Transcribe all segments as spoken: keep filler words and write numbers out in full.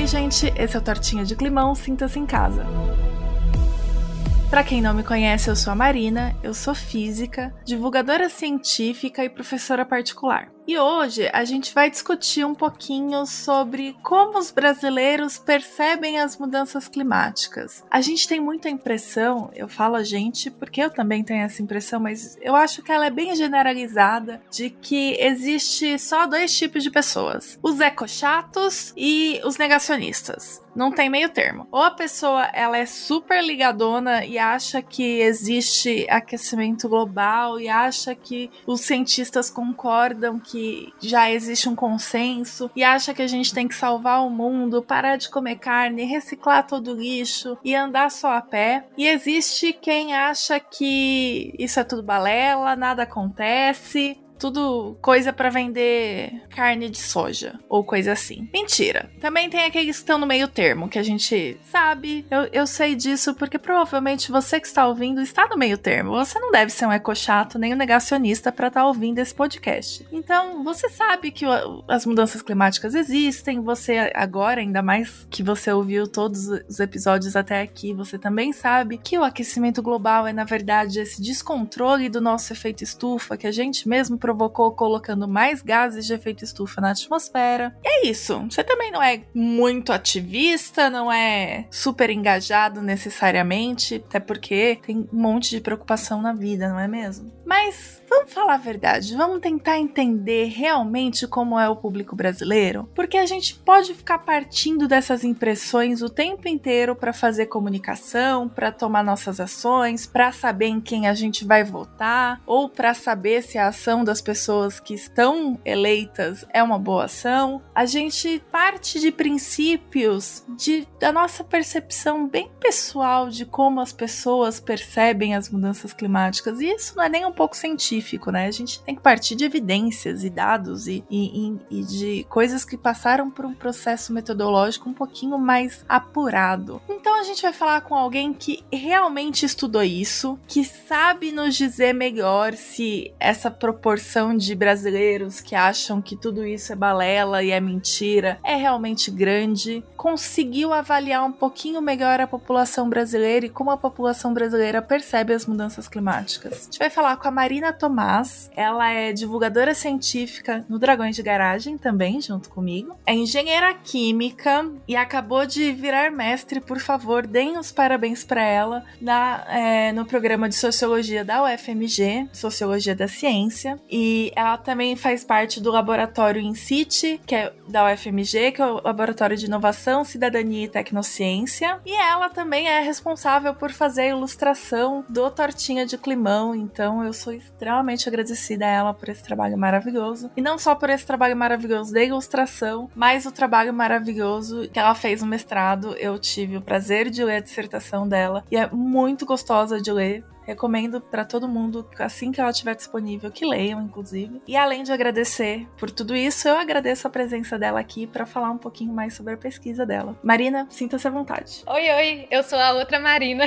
Oi, gente, esse é o Tortinha de Climão, sinta-se em casa. Pra quem não me conhece, eu sou a Marina, eu sou física, divulgadora científica e professora particular. E hoje a gente vai discutir um pouquinho sobre como os brasileiros percebem as mudanças climáticas. A gente tem muita impressão, eu falo a gente porque eu também tenho essa impressão, mas eu acho que ela é bem generalizada, de que existe só dois tipos de pessoas: os ecochatos e os negacionistas. Não tem meio termo. Ou a pessoa ela é super ligadona e acha que existe aquecimento global e acha que os cientistas concordam que já existe um consenso e acha que a gente tem que salvar o mundo, parar de comer carne, reciclar todo o lixo e andar só a pé. E existe quem acha que isso é tudo balela, nada acontece, tudo coisa pra vender carne de soja ou coisa assim. Mentira. Também tem aqueles que estão no meio termo, que a gente sabe. Eu, eu sei disso porque provavelmente você que está ouvindo está no meio termo. Você não deve ser um ecochato nem um negacionista pra estar ouvindo esse podcast. Então, você sabe que o, as mudanças climáticas existem. Você agora, ainda mais que você ouviu todos os episódios até aqui, você também sabe que o aquecimento global é, na verdade, esse descontrole do nosso efeito estufa que a gente mesmo provocou colocando mais gases de efeito estufa na atmosfera. E é isso. Você também não é muito ativista, não é super engajado necessariamente, até porque tem um monte de preocupação na vida, não é mesmo? Mas vamos falar a verdade, vamos tentar entender realmente como é o público brasileiro, porque a gente pode ficar partindo dessas impressões o tempo inteiro para fazer comunicação, para tomar nossas ações, para saber em quem a gente vai votar, ou para saber se a ação das pessoas que estão eleitas é uma boa ação. A gente parte de princípios de, da nossa percepção bem pessoal de como as pessoas percebem as mudanças climáticas, e isso não é nem um pouco científico, né? A gente tem que partir de evidências e dados e, e, e de coisas que passaram por um processo metodológico um pouquinho mais apurado. Então a gente vai falar com alguém que realmente estudou isso, que sabe nos dizer melhor se essa proporção de brasileiros que acham que tudo isso é balela e é mentira é realmente grande, conseguiu avaliar um pouquinho melhor a população brasileira e como a população brasileira percebe as mudanças climáticas. A gente vai falar com a Marina Tomás, ela é divulgadora científica no Dragões de Garagem também, junto comigo, é engenheira química e acabou de virar mestre. Por favor, deem os parabéns para ela na, é, no programa de Sociologia da U F M G, Sociologia da Ciência, e ela também faz parte do laboratório InCity, que é da U F M G, que é o Laboratório de Inovação, Cidadania e Tecnociência, e ela também é responsável por fazer a ilustração do Tortinha de Climão. Então eu sou extremamente agradecida a ela por esse trabalho maravilhoso, e não só por esse trabalho maravilhoso da ilustração, mas o trabalho maravilhoso que ela fez no mestrado. Eu tive o prazer de ler a dissertação dela e é muito gostosa de ler. Recomendo para todo mundo, assim que ela estiver disponível, que leiam, inclusive. E além de agradecer por tudo isso, eu agradeço a presença dela aqui para falar um pouquinho mais sobre a pesquisa dela. Marina, sinta-se à vontade. Oi, oi, eu sou a outra Marina.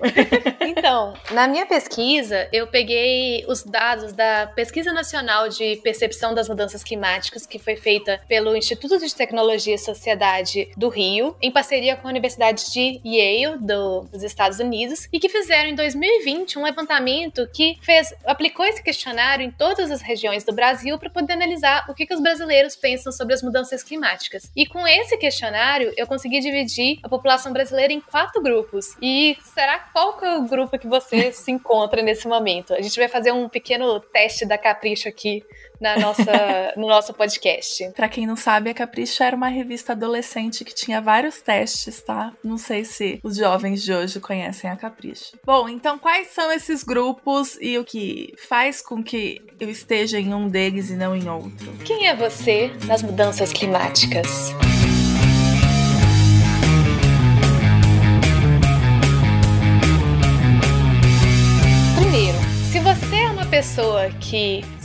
Então, na minha pesquisa, eu peguei os dados da Pesquisa Nacional de Percepção das Mudanças Climáticas, que foi feita pelo Instituto de Tecnologia e Sociedade do Rio, em parceria com a Universidade de Yale, do, dos Estados Unidos, e que fizeram em dois mil e vinte um levantamento que fez, aplicou esse questionário em todas as regiões do Brasil para poder analisar o que, que os brasileiros pensam sobre as mudanças climáticas. E com esse questionário, eu consegui dividir a população brasileira em quatro grupos. E será qual que é o grupo que você se encontra nesse momento? A gente vai fazer um pequeno teste da Capricho aqui na nossa, no nosso podcast. Pra quem não sabe, a Capricho era uma revista adolescente que tinha vários testes, tá? Não sei se os jovens de hoje conhecem a Capricho. Bom, então quais são esses grupos e o que faz com que eu esteja em um deles e não em outro? Quem é você nas mudanças climáticas? Primeiro, se você é uma pessoa que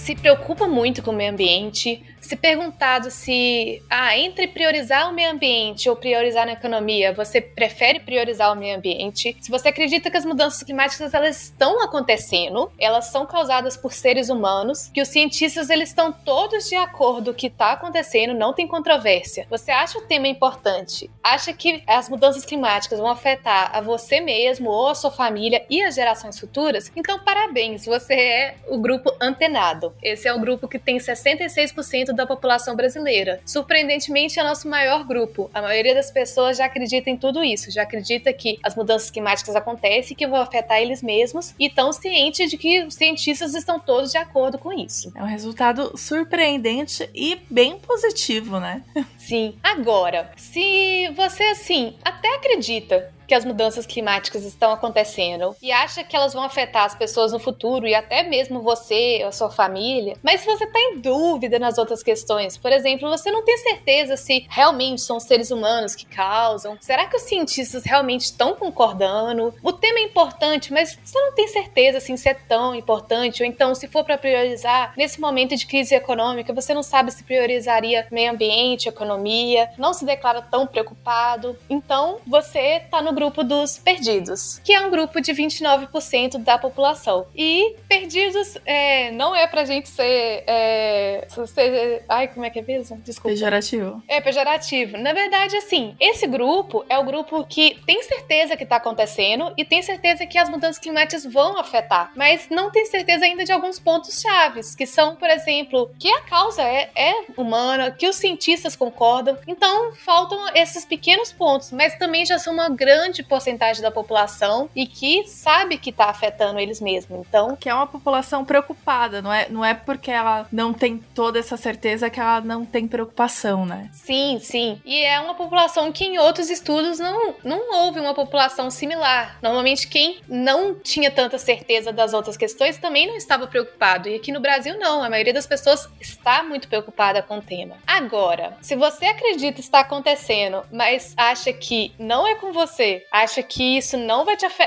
se preocupa muito com o meio ambiente, se perguntado se, ah, entre priorizar o meio ambiente ou priorizar a economia, você prefere priorizar o meio ambiente? Se você acredita que as mudanças climáticas elas estão acontecendo, elas são causadas por seres humanos, que os cientistas eles estão todos de acordo que está acontecendo, não tem controvérsia. Você acha o tema importante? Acha que as mudanças climáticas vão afetar a você mesmo ou a sua família e as gerações futuras? Então, parabéns, você é o grupo antenado. Esse é o grupo que tem sessenta e seis por cento da população brasileira. Surpreendentemente, é nosso maior grupo. A maioria das pessoas já acredita em tudo isso, já acredita que as mudanças climáticas acontecem, que vão afetar eles mesmos e estão cientes de que os cientistas estão todos de acordo com isso. É um resultado surpreendente e bem positivo, né? Sim. Agora, se você, assim, até acredita que as mudanças climáticas estão acontecendo e acha que elas vão afetar as pessoas no futuro e até mesmo você ou a sua família, mas se você está em dúvida nas outras questões, por exemplo, você não tem certeza se realmente são seres humanos que causam, será que os cientistas realmente estão concordando? O tema é importante, mas você não tem certeza assim, se é tão importante, ou então se for para priorizar, nesse momento de crise econômica, você não sabe se priorizaria meio ambiente, economia, não se declara tão preocupado, então você está no grupo dos perdidos, que é um grupo de vinte e nove por cento da população. E perdidos é, não é pra gente ser, é, ser... Ai, como é que é mesmo? Desculpa. Pejorativo. É pejorativo. Na verdade, assim, esse grupo é o grupo que tem certeza que tá acontecendo e tem certeza que as mudanças climáticas vão afetar, mas não tem certeza ainda de alguns pontos chaves, que são, por exemplo, que a causa é, é humana, que os cientistas concordam. Então, faltam esses pequenos pontos, mas também já são uma grande grande porcentagem da população e que sabe que está afetando eles mesmos. Então, que é uma população preocupada, não é, não é porque ela não tem toda essa certeza que ela não tem preocupação, né? Sim, sim. E é uma população que em outros estudos não, não houve uma população similar. Normalmente quem não tinha tanta certeza das outras questões também não estava preocupado. E aqui no Brasil não, a maioria das pessoas está muito preocupada com o tema. Agora, se você acredita estar acontecendo, mas acha que não é com você, acha que isso não vai te, afe-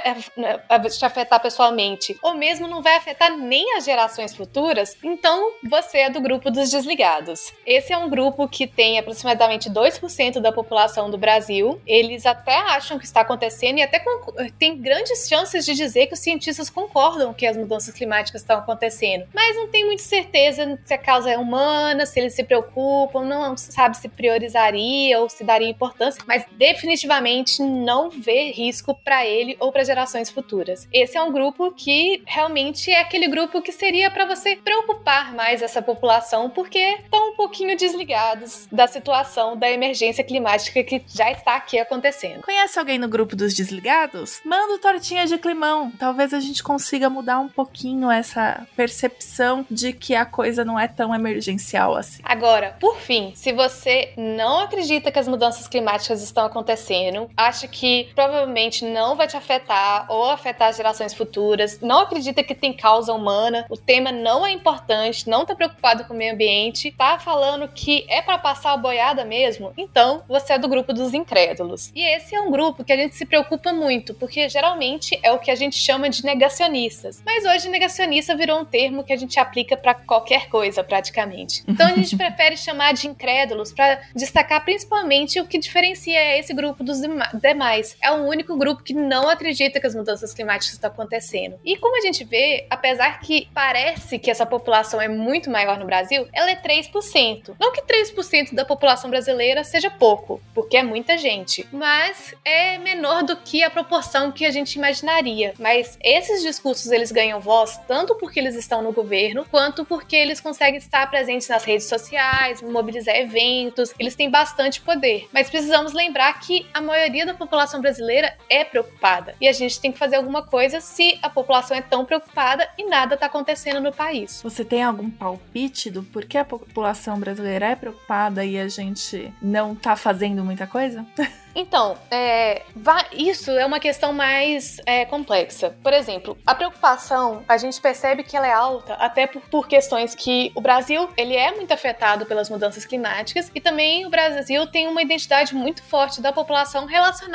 te afetar pessoalmente, ou mesmo não vai afetar nem as gerações futuras, então você é do grupo dos desligados. Esse é um grupo que tem aproximadamente dois por cento da população do Brasil. Eles até acham que está acontecendo e até com, tem grandes chances de dizer que os cientistas concordam que as mudanças climáticas estão acontecendo, mas não tem muita certeza se a causa é humana, se eles se preocupam, não sabe se priorizaria ou se daria importância, mas definitivamente não vê risco para ele ou para gerações futuras. Esse é um grupo que realmente é aquele grupo que seria para você preocupar mais essa população, porque estão um pouquinho desligados da situação da emergência climática que já está aqui acontecendo. Conhece alguém no grupo dos desligados? Manda o Tortinha de Climão. Talvez a gente consiga mudar um pouquinho essa percepção de que a coisa não é tão emergencial assim. Agora, por fim, se você não acredita que as mudanças climáticas estão acontecendo, acha que provavelmente não vai te afetar ou afetar as gerações futuras, não acredita que tem causa humana, o tema não é importante, não tá preocupado com o meio ambiente, tá falando que é pra passar a boiada mesmo, então você é do grupo dos incrédulos. E esse é um grupo que a gente se preocupa muito, porque geralmente é o que a gente chama de negacionistas. Mas hoje negacionista virou um termo que a gente aplica pra qualquer coisa, praticamente. Então a gente prefere chamar de incrédulos pra destacar principalmente o que diferencia esse grupo dos demais. É o único grupo que não acredita que as mudanças climáticas estão acontecendo. E como a gente vê, apesar que parece que essa população é muito maior no Brasil, ela é três por cento. Não que três por cento da população brasileira seja pouco, porque é muita gente, mas é menor do que a proporção que a gente imaginaria. Mas esses discursos, eles ganham voz tanto porque eles estão no governo, quanto porque eles conseguem estar presentes nas redes sociais, mobilizar eventos, eles têm bastante poder. Mas precisamos lembrar que a maioria da população brasileira é preocupada. E a gente tem que fazer alguma coisa se a população é tão preocupada e nada está acontecendo no país. Você tem algum palpite do porquê a população brasileira é preocupada e a gente não tá fazendo muita coisa? Então, é, isso é uma questão mais é, complexa. Por exemplo, a preocupação, a gente percebe que ela é alta até por, por questões que o Brasil, ele é muito afetado pelas mudanças climáticas e também o Brasil tem uma identidade muito forte da população relacionada à questão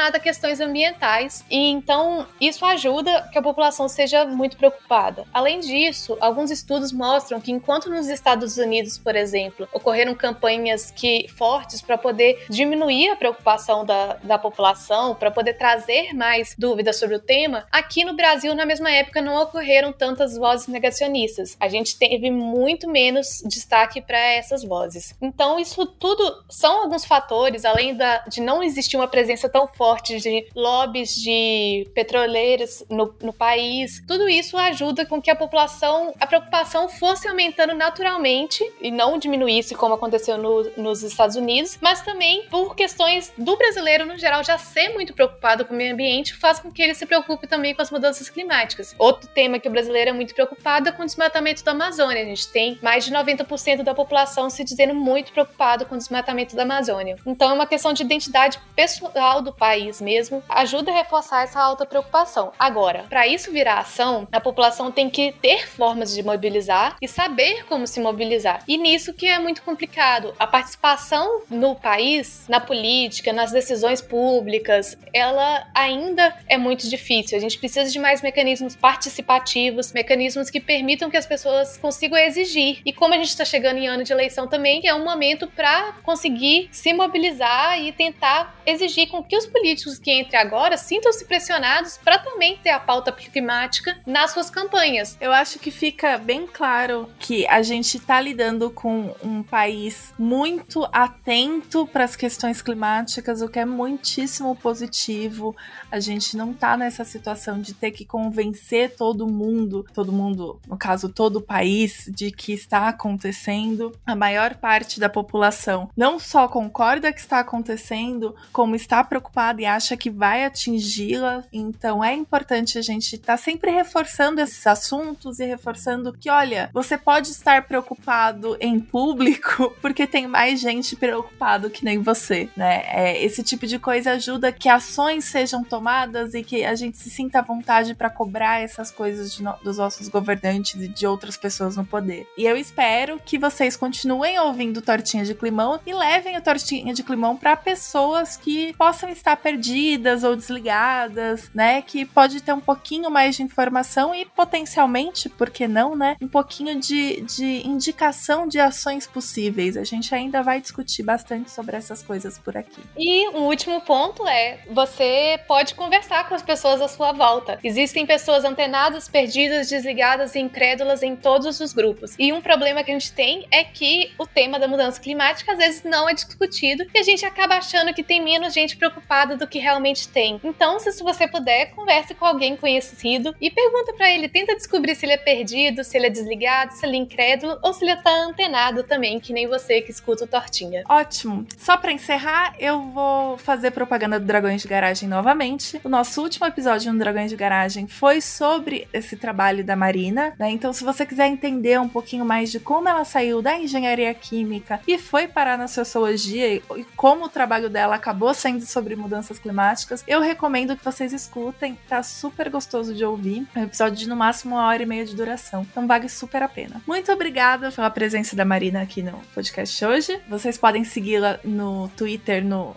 questões ambientais, e então isso ajuda que a população seja muito preocupada. Além disso, alguns estudos mostram que enquanto nos Estados Unidos, por exemplo, ocorreram campanhas que, fortes para poder diminuir a preocupação da, da população, para poder trazer mais dúvidas sobre o tema, aqui no Brasil, na mesma época, não ocorreram tantas vozes negacionistas. A gente teve muito menos destaque para essas vozes. Então, isso tudo são alguns fatores, além da, de não existir uma presença tão forte de lobbies de petroleiros no, no país. Tudo isso ajuda com que a população, a preocupação fosse aumentando naturalmente e não diminuísse como aconteceu no, nos Estados Unidos, mas também por questões do brasileiro no geral já ser muito preocupado com o meio ambiente, faz com que ele se preocupe também com as mudanças climáticas. Outro tema que o brasileiro é muito preocupado é com o desmatamento da Amazônia. A gente tem mais de noventa por cento da população se dizendo muito preocupado com o desmatamento da Amazônia. Então é uma questão de identidade pessoal do país mesmo, ajuda a reforçar essa alta preocupação. Agora, para isso virar ação, a população tem que ter formas de mobilizar e saber como se mobilizar. E nisso que é muito complicado. A participação no país, na política, nas decisões públicas, ela ainda é muito difícil. A gente precisa de mais mecanismos participativos, mecanismos que permitam que as pessoas consigam exigir. E como a gente está chegando em ano de eleição também, é um momento para conseguir se mobilizar e tentar exigir com que os políticos que entrem agora sintam-se pressionados para também ter a pauta climática nas suas campanhas. Eu acho que fica bem claro que a gente está lidando com um país muito atento para as questões climáticas, o que é muitíssimo positivo. A gente não está nessa situação de ter que convencer todo mundo, todo mundo, no caso todo o país, de que está acontecendo. A maior parte da população não só concorda que está acontecendo, como está preocupada e acha que vai atingi-la. Então é importante a gente estar tá sempre reforçando esses assuntos e reforçando que, olha, você pode estar preocupado em público porque tem mais gente preocupado que nem você, né? É, esse tipo de coisa ajuda que ações sejam tomadas e que a gente se sinta à vontade para cobrar essas coisas de no, dos nossos governantes e de outras pessoas no poder. E eu espero que vocês continuem ouvindo Tortinha de Climão e levem o Tortinha de Climão para pessoas que possam estar perdidas ou desligadas, né? Que pode ter um pouquinho mais de informação e potencialmente, por que não, né? Um pouquinho de, de indicação de ações possíveis. A gente ainda vai discutir bastante sobre essas coisas por aqui. E um último ponto é, você pode conversar com as pessoas à sua volta. Existem pessoas antenadas, perdidas, desligadas e incrédulas em todos os grupos. E um problema que a gente tem é que o tema da mudança climática às vezes não é discutido e a gente acaba achando que tem menos gente preocupada do que realmente tem. Então, se você puder, converse com alguém conhecido e pergunta pra ele, tenta descobrir se ele é perdido, se ele é desligado, se ele é incrédulo ou se ele tá antenado também, que nem você que escuta o Tortinha. Ótimo! Só pra encerrar, eu vou fazer propaganda do Dragões de Garagem novamente. O nosso último episódio no Dragões de Garagem foi sobre esse trabalho da Marina, né? Então, se você quiser entender um pouquinho mais de como ela saiu da engenharia química e foi parar na sociologia e como o trabalho dela acabou sendo sobre mudanças climáticas, eu recomendo que vocês escutem, tá super gostoso de ouvir. É um episódio de no máximo uma hora e meia de duração, então vale super a pena. Muito obrigada pela presença da Marina aqui no podcast hoje. Vocês podem segui-la no Twitter, no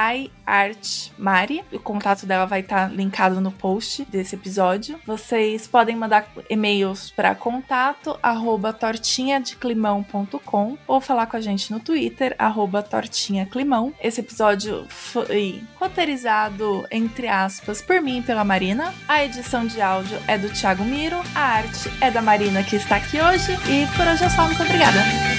SciArtMari. O contato dela vai estar linkado no post desse episódio. Vocês podem mandar e-mails para contato arroba tortinha de climão ponto com ou falar com a gente no Twitter, arroba tortinhaclimão. Esse episódio foi roteirizado, entre aspas, por mim e pela Marina. A edição de áudio é do Thiago Miro. A arte é da Marina, que está aqui hoje. E por hoje é só. Muito obrigada!